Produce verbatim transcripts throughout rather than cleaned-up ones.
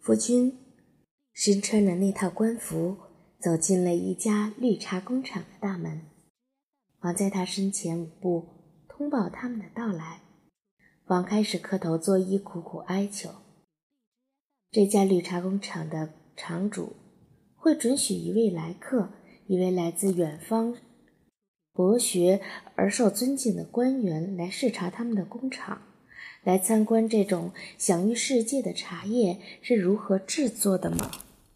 夫君身穿着那套官服，走进了一家绿茶工厂的大门。王在他身前五步，通报他们的到来。王开始磕头作揖，苦苦哀求。这家绿茶工厂的厂主会准许一位来客，一位来自远方博学而受尊敬的官员来视察他们的工厂，来参观这种享誉世界的茶叶是如何制作的吗？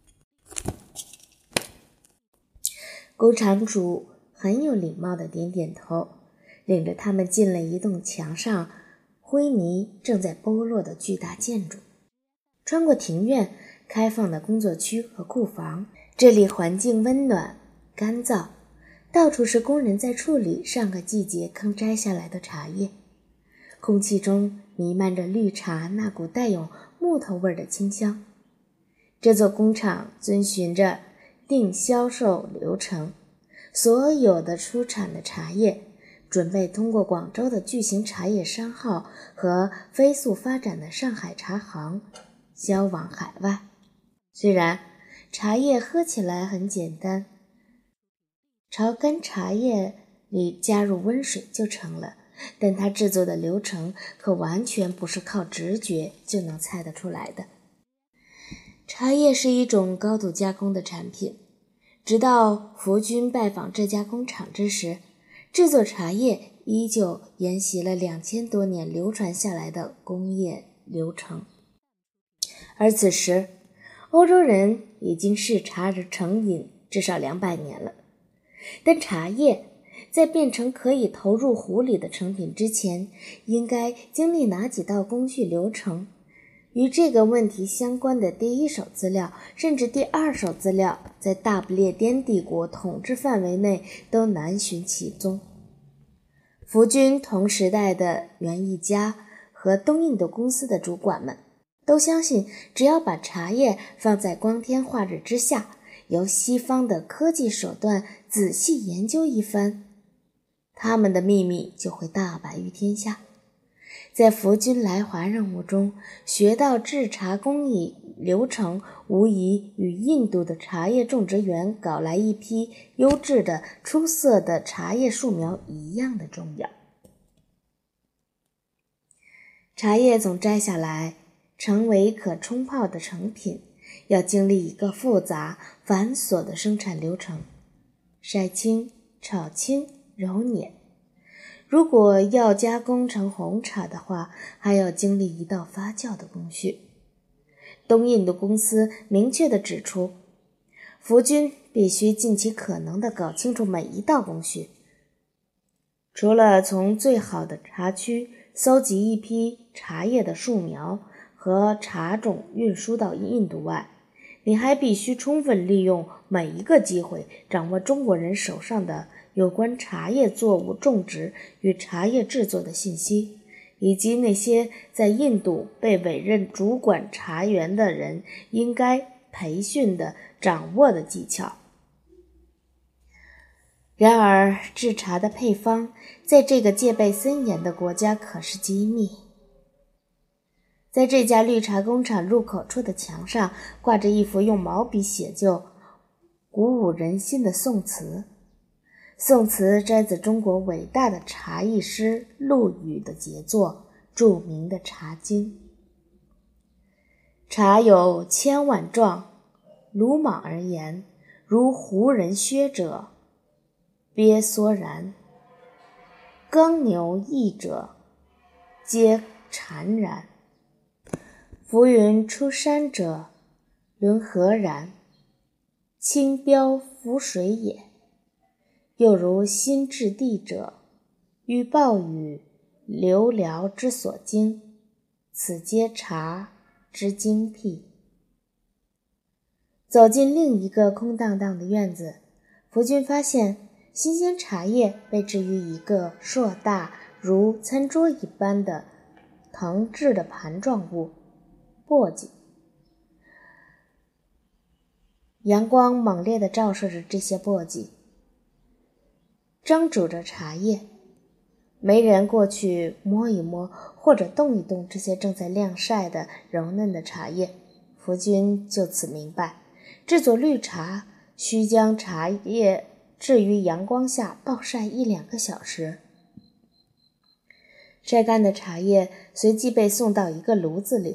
工厂主很有礼貌地点点头，领着他们进了一栋墙上灰泥正在剥落的巨大建筑，穿过庭院、开放的工作区和库房。这里环境温暖干燥，到处是工人在处理上个季节刚摘下来的茶叶，空气中弥漫着绿茶那股带有木头味的清香。这座工厂遵循着定销售流程，所有的出产的茶叶准备通过广州的巨型茶叶商号和飞速发展的上海茶行销往海外。虽然茶叶喝起来很简单，炒干茶叶里加入温水就成了，但它制作的流程可完全不是靠直觉就能猜得出来的。茶叶是一种高度加工的产品，直到福君拜访这家工厂之时，制作茶叶依旧沿袭了两千多年流传下来的工业流程。而此时，欧洲人已经视茶成饮至少两百年了，但茶叶在变成可以投入壶里的成品之前，应该经历哪几道工序流程？与这个问题相关的第一手资料，甚至第二手资料，在大不列颠帝国统治范围内都难寻其踪。福君同时代的园艺家和东印度公司的主管们都相信，只要把茶叶放在光天化日之下，由西方的科技手段仔细研究一番，他们的秘密就会大白于天下。在福君来华任务中学到制茶工艺流程，无疑与印度的茶叶种植园搞来一批优质的出色的茶叶树苗一样的重要。茶叶总摘下来成为可冲泡的成品，要经历一个复杂繁琐的生产流程：晒青、炒青、揉捻。如果要加工成红茶的话，还要经历一道发酵的工序。东印度公司明确地指出，福君必须尽其可能地搞清楚每一道工序。除了从最好的茶区搜集一批茶叶的树苗和茶种运输到印度外，你还必须充分利用每一个机会，掌握中国人手上的有关茶叶作物种植与茶叶制作的信息，以及那些在印度被委任主管茶园的人应该培训的掌握的技巧。然而，制茶的配方在这个戒备森严的国家可是机密。在这家绿茶工厂入口处的墙上挂着一幅用毛笔写就、鼓舞人心的宋词。宋词摘自中国伟大的茶艺师陆羽的杰作，著名的《茶经》。茶有千万状，鲁莽而言，如胡人削者，鳖缩然；耕牛役者，皆谗然。浮云出山者，伦何然？清标浮水也。又如新至地者，欲暴雨流辽之所经，此皆茶之精辟。走进另一个空荡荡的院子，福君发现新鲜茶叶被置于一个硕大如餐桌一般的藤制的盘状物簸箕。阳光猛烈地照射着这些簸箕，蒸煮着茶叶。没人过去摸一摸或者动一动这些正在晾晒的柔嫩的茶叶。 福军就此明白，制作绿茶需将茶叶置于阳光下暴晒一两个小时。晒干的茶叶随即被送到一个炉子里，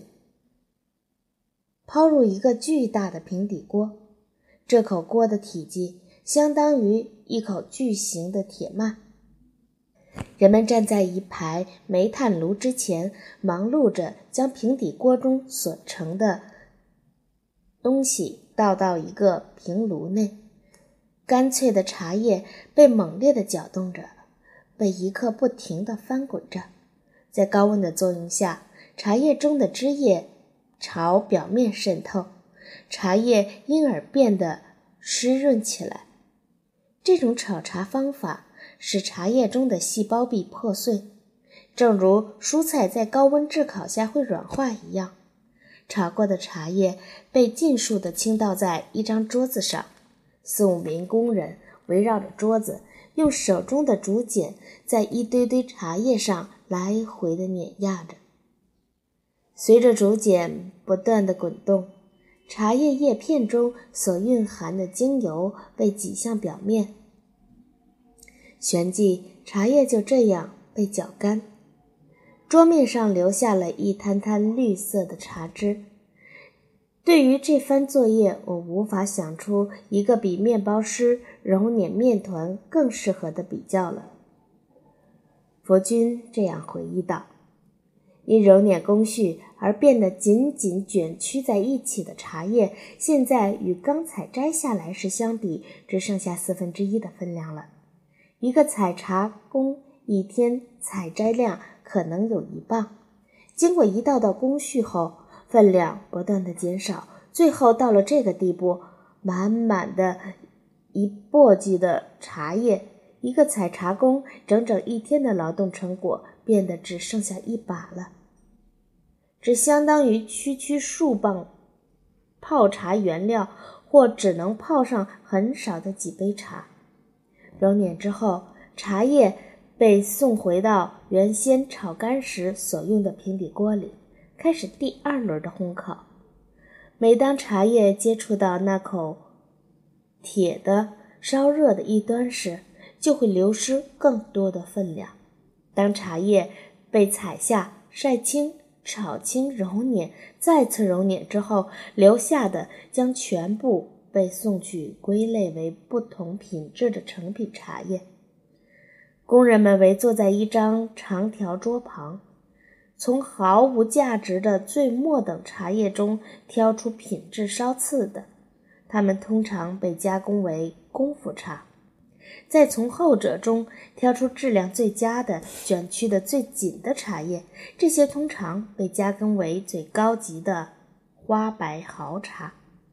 抛入一个巨大的平底锅，这口锅的体积相当于一口巨型的铁鳗。人们站在一排煤炭炉之前，忙碌着将平底锅中所盛的东西倒到一个平炉内。干脆的茶叶被猛烈地搅动着，被一刻不停地翻滚着。在高温的作用下，茶叶中的汁液朝表面渗透，茶叶因而变得湿润起来。这种炒茶方法使茶叶中的细胞壁破碎，正如蔬菜在高温炙烤下会软化一样。炒过的茶叶被尽数地倾倒在一张桌子上，四五名工人围绕着桌子，用手中的竹简在一堆堆茶叶上来回地碾压着。随着竹简不断地滚动，茶叶叶片中所蕴含的精油被挤向表面，旋即茶叶就这样被搅干，桌面上留下了一滩滩绿色的茶汁。对于这番作业，我无法想出一个比面包师揉捻面团更适合的比较了。佛君这样回忆道，因揉捻工序而变得紧紧卷曲在一起的茶叶，现在与刚采摘下来时相比，只剩下四分之一的分量了。一个采茶工一天采摘量可能有一磅，经过一道道工序后，分量不断的减少，最后到了这个地步，满满的一簸箕的茶叶，一个采茶工整整一天的劳动成果变得只剩下一把了，只相当于区区数磅泡茶原料，或只能泡上很少的几杯茶。揉捻之后，茶叶被送回到原先炒干时所用的平底锅里，开始第二轮的烘烤。每当茶叶接触到那口铁的烧热的一端时，就会流失更多的分量。当茶叶被采下、晒青、炒青、揉捻，再次揉捻之后，留下的将全部被送去归类为不同品质的成品茶叶。工人们围坐在一张长条桌旁，从毫无价值的最末等茶叶中挑出品质稍次的，它们通常被加工为功夫茶，再从后者中挑出质量最佳的、卷曲的最紧的茶叶，这些通常被加工为最高级的花白毫茶。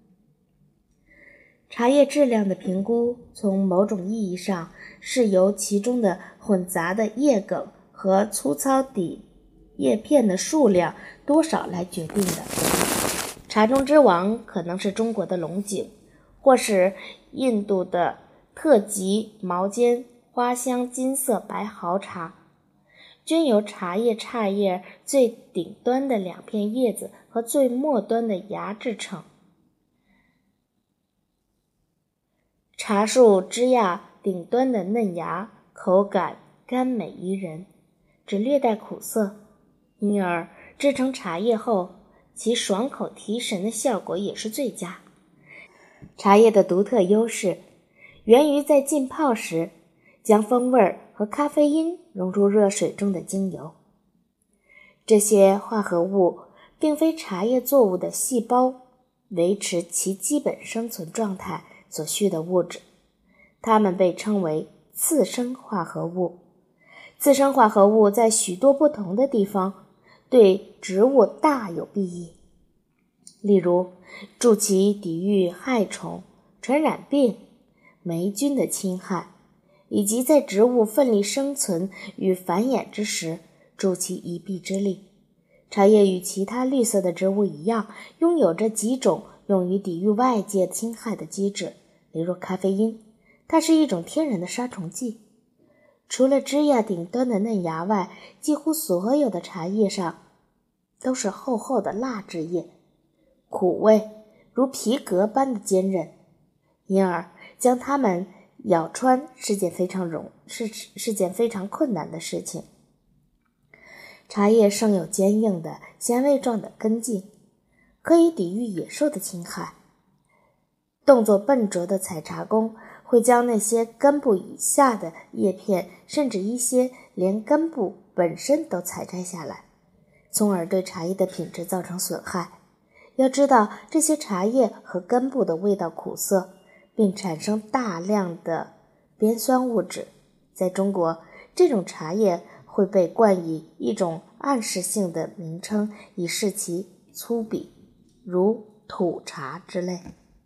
茶叶质量的评估，从某种意义上是由其中的混杂的叶梗和粗糙底叶片的数量多少来决定的。茶中之王可能是中国的龙井，或是印度的特级毛尖花香金色白毫茶，均由茶叶杈叶最顶端的两片叶子和最末端的芽制成。茶树枝桠顶端的嫩芽口感甘美宜人，只略带苦涩，因而制成茶叶后，其爽口提神的效果也是最佳。茶叶的独特优势源于在浸泡时将风味和咖啡因融入热水中的精油。这些化合物并非茶叶作物的细胞维持其基本生存状态所需的物质，它们被称为次生化合物。次生化合物在许多不同的地方对植物大有裨益，例如助其抵御害虫、传染病、霉菌的侵害，以及在植物奋力生存与繁衍之时助其一臂之力。茶叶与其他绿色的植物一样，拥有着几种用于抵御外界侵害的机制，例如咖啡因，它是一种天然的杀虫剂。除了枝桠顶端的嫩芽外，几乎所有的茶叶上都是厚厚的蜡质叶， 苦味，如皮革般的坚韧，因而将它们咬穿是件非常容是是件非常困难的事情。茶叶生有坚硬的纤维状的根茎，可以抵御野兽的侵害。动作笨拙的采茶工会将那些根部以下的叶片，甚至一些连根部本身都采摘下来，从而对茶叶的品质造成损害。要知道，这些茶叶和根部的味道苦涩，并产生大量的边酸物质。在中国，这种茶叶会被冠以一种暗示性的名称，以示其粗鄙，如土茶之类。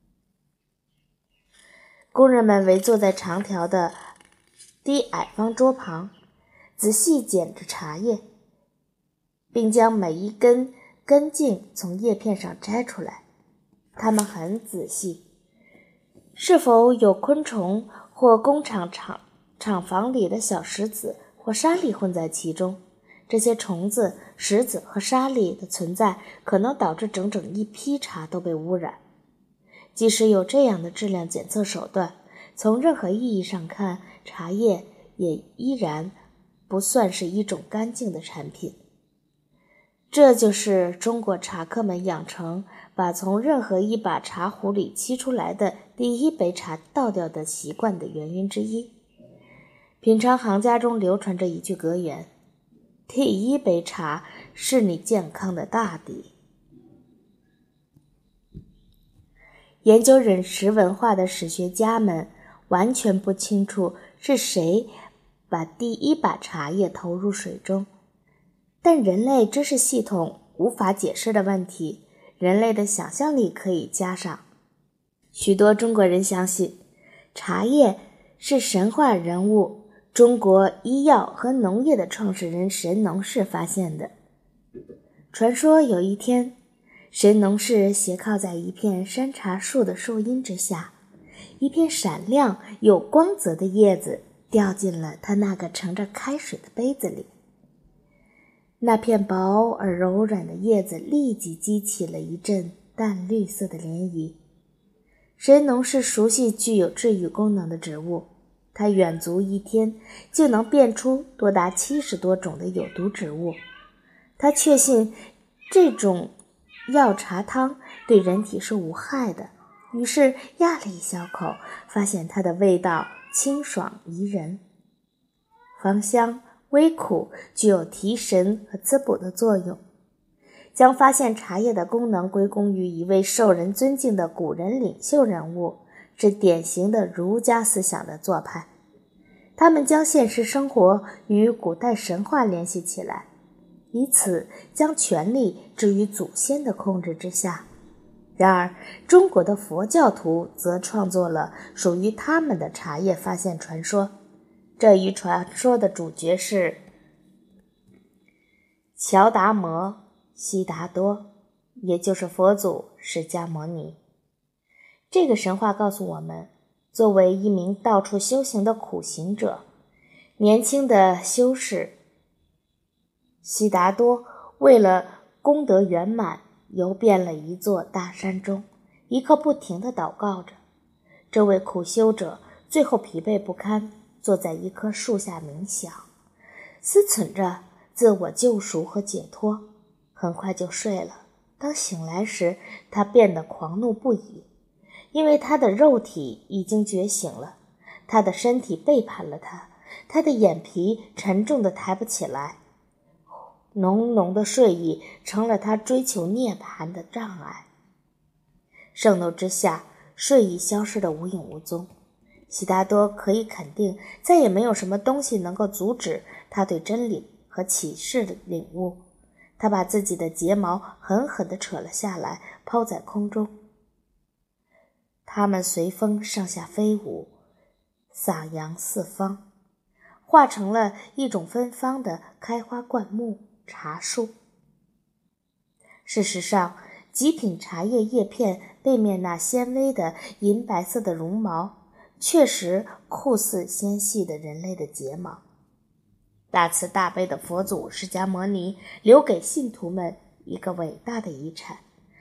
工人们围坐在长条的低矮方桌旁，仔细捡着茶叶，并将每一根根茎从叶片上摘出来。他们很仔细，是否有昆虫或工厂厂厂房里的小石子或沙粒混在其中。这些虫子、石子和沙粒的存在可能导致整整一批茶都被污染。即使有这样的质量检测手段，从任何意义上看，茶叶也依然不算是一种干净的产品。这就是中国茶客们养成把从任何一把茶壶里沏出来的第一杯茶倒掉的习惯的原因之一。品尝行家中流传着一句格言：第一杯茶是你健康的大敌。研究饮食文化的史学家们完全不清楚是谁把第一把茶叶投入水中，但人类知识系统无法解释的问题，人类的想象力可以加上。许多中国人相信，茶叶是神话人物中国医药和农业的创始人神农氏发现的。传说有一天，神农氏斜靠在一片山茶树的树荫之下，一片闪亮有光泽的叶子掉进了他那个盛着开水的杯子里。那片薄而柔软的叶子立即激起了一阵淡绿色的涟漪。神农氏熟悉具有治愈功能的植物，他远足一天就能变出多达七十多种的有毒植物。他确信这种药茶汤对人体是无害的，于是压了一小口，发现它的味道清爽宜人，芳香微苦，具有提神和滋补的作用。将发现茶叶的功能归功于一位受人尊敬的古人领袖人物，是典型的儒家思想的做派。他们将现实生活与古代神话联系起来，以此将权力置于祖先的控制之下。然而，中国的佛教徒则创作了属于他们的茶叶发现传说。这一传说的主角是乔达摩悉达多，也就是佛祖释迦牟尼。这个神话告诉我们，作为一名到处修行的苦行者，年轻的修士悉达多为了功德圆满，游遍了一座大山中，一刻不停地祷告着。这位苦修者最后疲惫不堪，坐在一棵树下冥想，思忖着自我救赎和解脱，很快就睡了。当醒来时，他变得狂怒不已，因为他的肉体已经觉醒了，他的身体背叛了他，他的眼皮沉重的抬不起来，浓浓的睡意成了他追求涅槃的障碍。盛怒之下，睡意消失得无影无踪。悉达多可以肯定，再也没有什么东西能够阻止他对真理和启示的领悟。他把自己的睫毛狠狠地扯了下来，抛在空中，它们随风上下飞舞，洒扬四方，化成了一种芬芳的开花灌木茶树。事实上，极品茶叶叶片背面那纤微的银白色的绒毛，确实酷似纤细的人类的睫毛。大慈大悲的佛祖释迦牟尼留给信徒们一个伟大的遗产，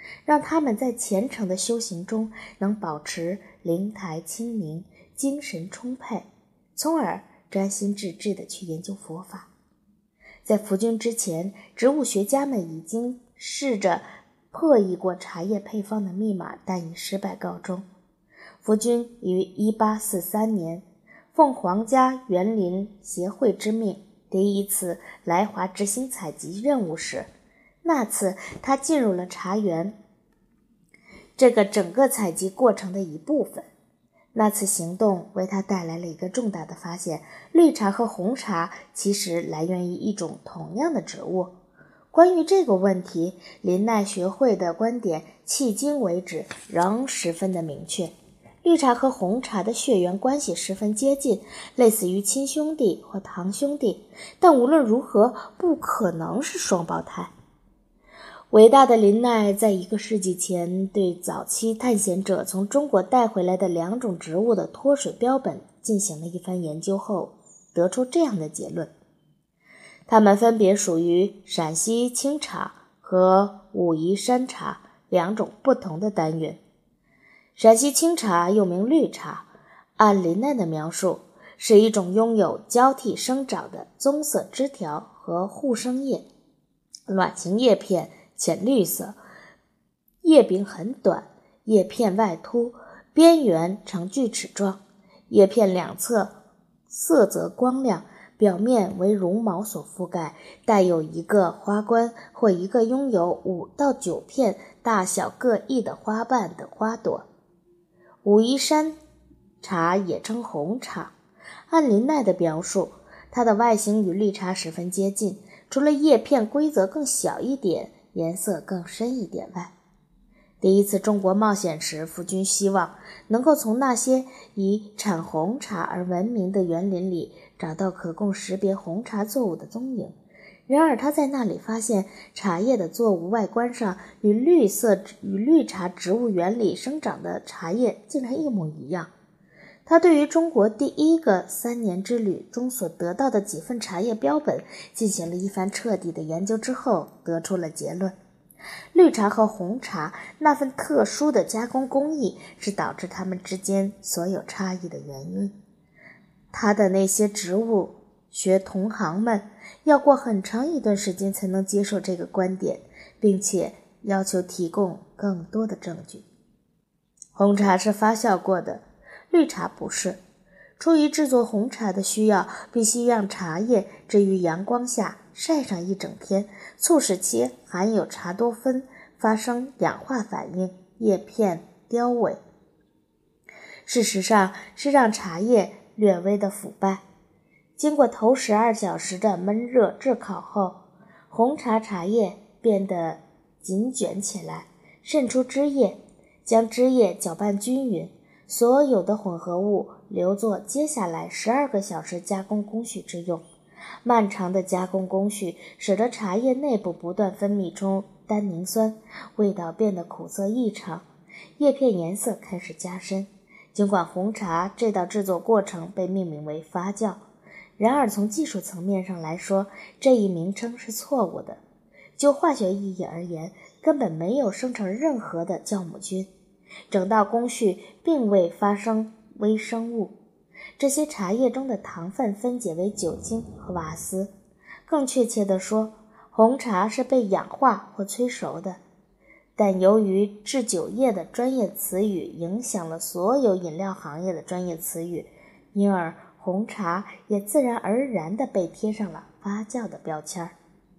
让他们在虔诚的修行中能保持灵台清明，精神充沛，从而专心致志地去研究佛法。在福军之前，植物学家们已经试着破译过茶叶配方的密码，但以失败告终。福军于一八四三年奉皇家园林协会之命，第一次来华执行采集任务时，那次他进入了茶园这个整个采集过程的一部分。那次行动为他带来了一个重大的发现：绿茶和红茶其实来源于一种同样的植物。关于这个问题，林奈学会的观点迄今为止仍十分的明确。绿茶和红茶的血缘关系十分接近，类似于亲兄弟或堂兄弟，但无论如何不可能是双胞胎。伟大的林奈在一个世纪前对早期探险者从中国带回来的两种植物的脱水标本进行了一番研究后，得出这样的结论：它们分别属于陕西青茶和武夷山茶两种不同的单元。陕西青茶又名绿茶，按林奈的描述，是一种拥有交替生长的棕色枝条和互生叶，卵形叶片浅绿色，叶柄很短，叶片外凸，边缘呈锯齿状，叶片两侧色泽光亮，表面为绒毛所覆盖，带有一个花冠或一个拥有五到九片大小各异的花瓣的花朵。武夷山茶也称红茶，按林奈的描述，它的外形与绿茶十分接近，除了叶片规则更小一点，颜色更深一点外。第一次中国冒险时，福军希望能够从那些以产红茶而闻名的园林里找到可供识别红茶作物的踪影。然而他在那里发现茶叶的作物外观上与绿色与绿茶植物园里生长的茶叶竟然一模一样。他对于中国第一个三年之旅中所得到的几份茶叶标本进行了一番彻底的研究之后，得出了结论：绿茶和红茶那份特殊的加工工艺是导致它们之间所有差异的原因。他的那些植物学同行们要过很长一段时间才能接受这个观点，并且要求提供更多的证据。红茶是发酵过的，绿茶不是。出于制作红茶的需要，必须让茶叶置于阳光下晒上一整天，促使其含有茶多酚发生氧化反应，叶片凋萎。事实上是让茶叶略微的腐败。经过头十二小时的闷热炙烤后，红茶茶叶变得紧卷起来，渗出汁液，将汁液搅拌均匀，所有的混合物留作接下来十二个小时加工工序之用。漫长的加工工序使得茶叶内部不断分泌出单宁酸，味道变得苦涩异常，叶片颜色开始加深。尽管红茶这道制作过程被命名为发酵，然而从技术层面上来说，这一名称是错误的。就化学意义而言，根本没有生成任何的酵母菌，整道工序并未发生微生物。这些茶叶中的糖分分解为酒精和瓦斯，更确切地说，红茶是被氧化或催熟的。但由于制酒业的专业词语影响了所有饮料行业的专业词语，因而红茶也自然而然地被贴上了发酵的标签。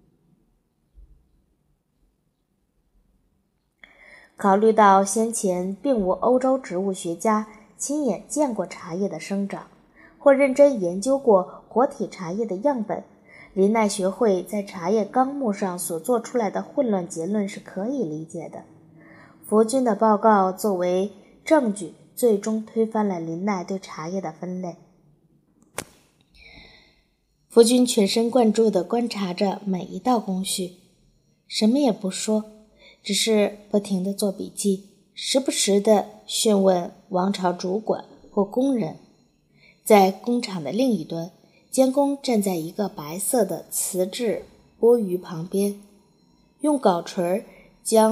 考虑到先前并无欧洲植物学家亲眼见过茶叶的生长，或认真研究过活体茶叶的样本，林奈学会在茶叶纲目上所做出来的混乱结论是可以理解的。福军的报告作为证据，最终推翻了林奈对茶叶的分类。福军全神贯注地观察着每一道工序，什么也不说，只是不停地做笔记，时不时地询问王朝主管或工人。在工厂的另一端，监工站在一个白色的瓷质钵盂旁边，用镐锤将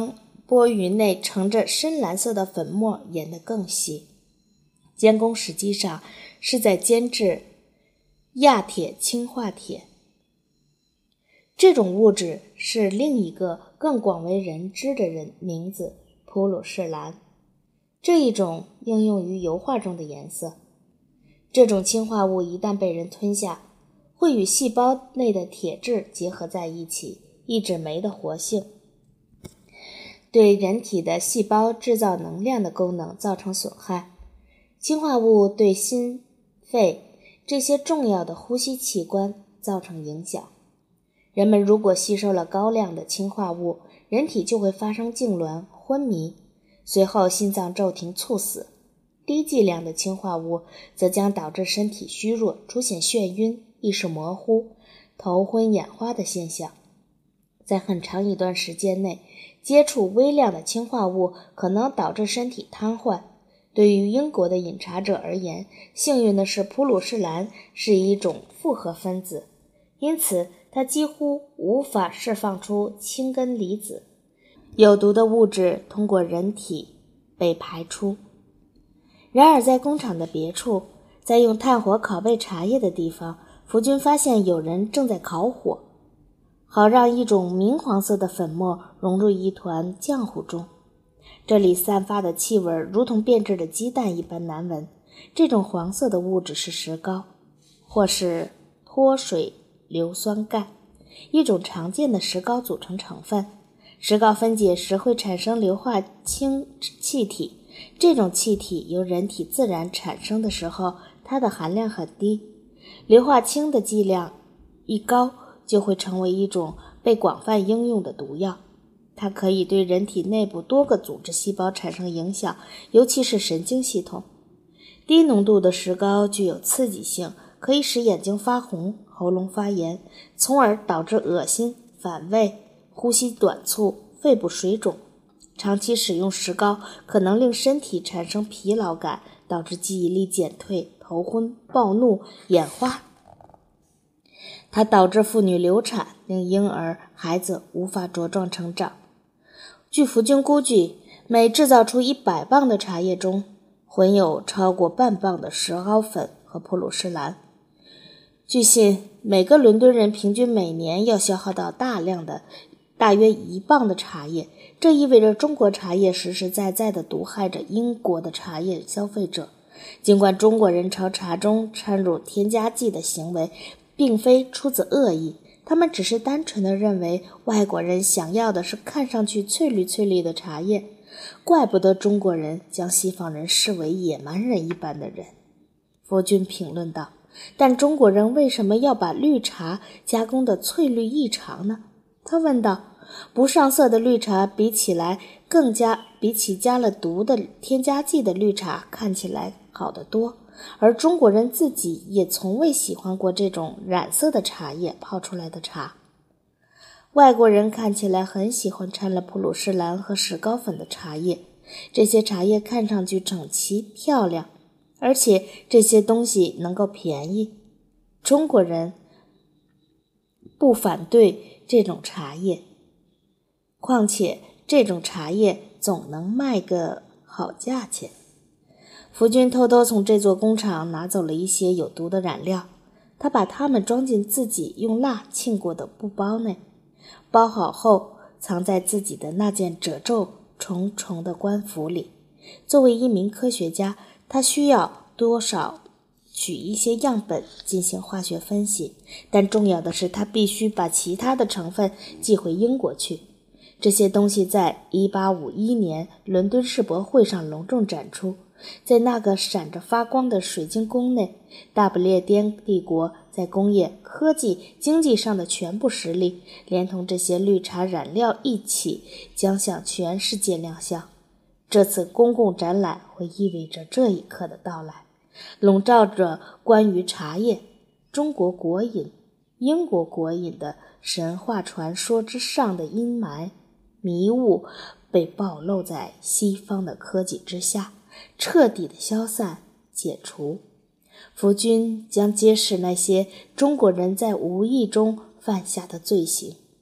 钵盂内盛着深蓝色的粉末研得更细。监工实际上是在监制亚铁氰化铁，这种物质是另一个更广为人知的人名字普鲁士蓝，这一种应用于油画中的颜色。这种氰化物一旦被人吞下，会与细胞内的铁质结合在一起，抑制酶的活性，对人体的细胞制造能量的功能造成损害。氰化物对心、肺这些重要的呼吸器官造成影响。人们如果吸收了高量的氰化物，人体就会发生痉挛、昏迷，随后心脏骤停猝死。低剂量的氰化物则将导致身体虚弱，出现眩晕、意识模糊、头昏眼花的现象。在很长一段时间内，接触微量的氰化物可能导致身体瘫痪。对于英国的饮茶者而言，幸运的是普鲁士蓝是一种复合分子，因此它几乎无法释放出氢根离子，有毒的物质通过人体被排出。然而在工厂的别处，在用炭火烤焙茶叶的地方，福军发现有人正在烤火，好让一种明黄色的粉末融入一团浆糊中。这里散发的气味如同变质的鸡蛋一般难闻。这种黄色的物质是石膏，或是脱水硫酸钙，一种常见的石膏组成成分。石膏分解时会产生硫化氢气体，这种气体由人体自然产生的时候，它的含量很低。硫化氢的剂量一高，就会成为一种被广泛应用的毒药。它可以对人体内部多个组织细胞产生影响，尤其是神经系统。低浓度的石膏具有刺激性，可以使眼睛发红、喉咙发炎，从而导致恶心、反胃、呼吸短促、肺部水肿。长期使用石膏可能令身体产生疲劳感，导致记忆力减退、头昏、暴怒、眼花。它导致妇女流产，令婴儿、孩子无法茁壮成长。据福军估计，每制造出一百磅的茶叶中混有超过半磅的石膏粉和普鲁士蓝。据信，每个伦敦人平均每年要消耗到大量的大约一磅的茶叶，这意味着中国茶叶实实在在地毒害着英国的茶叶消费者。尽管中国人朝茶中掺入添加剂的行为并非出自恶意，他们只是单纯地认为外国人想要的是看上去翠绿翠绿的茶叶，怪不得中国人将西方人视为野蛮人一般的人。佛君评论道，但中国人为什么要把绿茶加工的翠绿异常呢？他问道，不上色的绿茶比起来更加比起加了毒的添加剂的绿茶看起来好得多，而中国人自己也从未喜欢过这种染色的茶叶泡出来的茶。外国人看起来很喜欢掺了普鲁士蓝和石膏粉的茶叶，这些茶叶看上去整齐漂亮，而且这些东西能够便宜。中国人不反对这种茶叶，况且这种茶叶总能卖个好价钱。福军偷偷从这座工厂拿走了一些有毒的染料，他把它们装进自己用蜡浸过的布包内，包好后藏在自己的那件褶皱重重的官服里。作为一名科学家，他需要多少取一些样本进行化学分析，但重要的是他必须把其他的成分寄回英国去。这些东西在一八五一年伦敦世博会上隆重展出，在那个闪着发光的水晶宫内，大不列颠帝国在工业、科技、经济上的全部实力，连同这些绿茶染料一起，将向全世界亮相。这次公共展览会意味着这一刻的到来，笼罩着关于茶叶、中国国饮、英国国饮的神话传说之上的阴霾迷雾被暴露在西方的科技之下，彻底的消散解除。福军将揭示那些中国人在无意中犯下的罪行。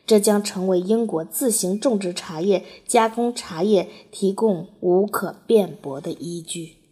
这将成为英国自行种植茶叶、加工茶叶提供无可辩驳的依据。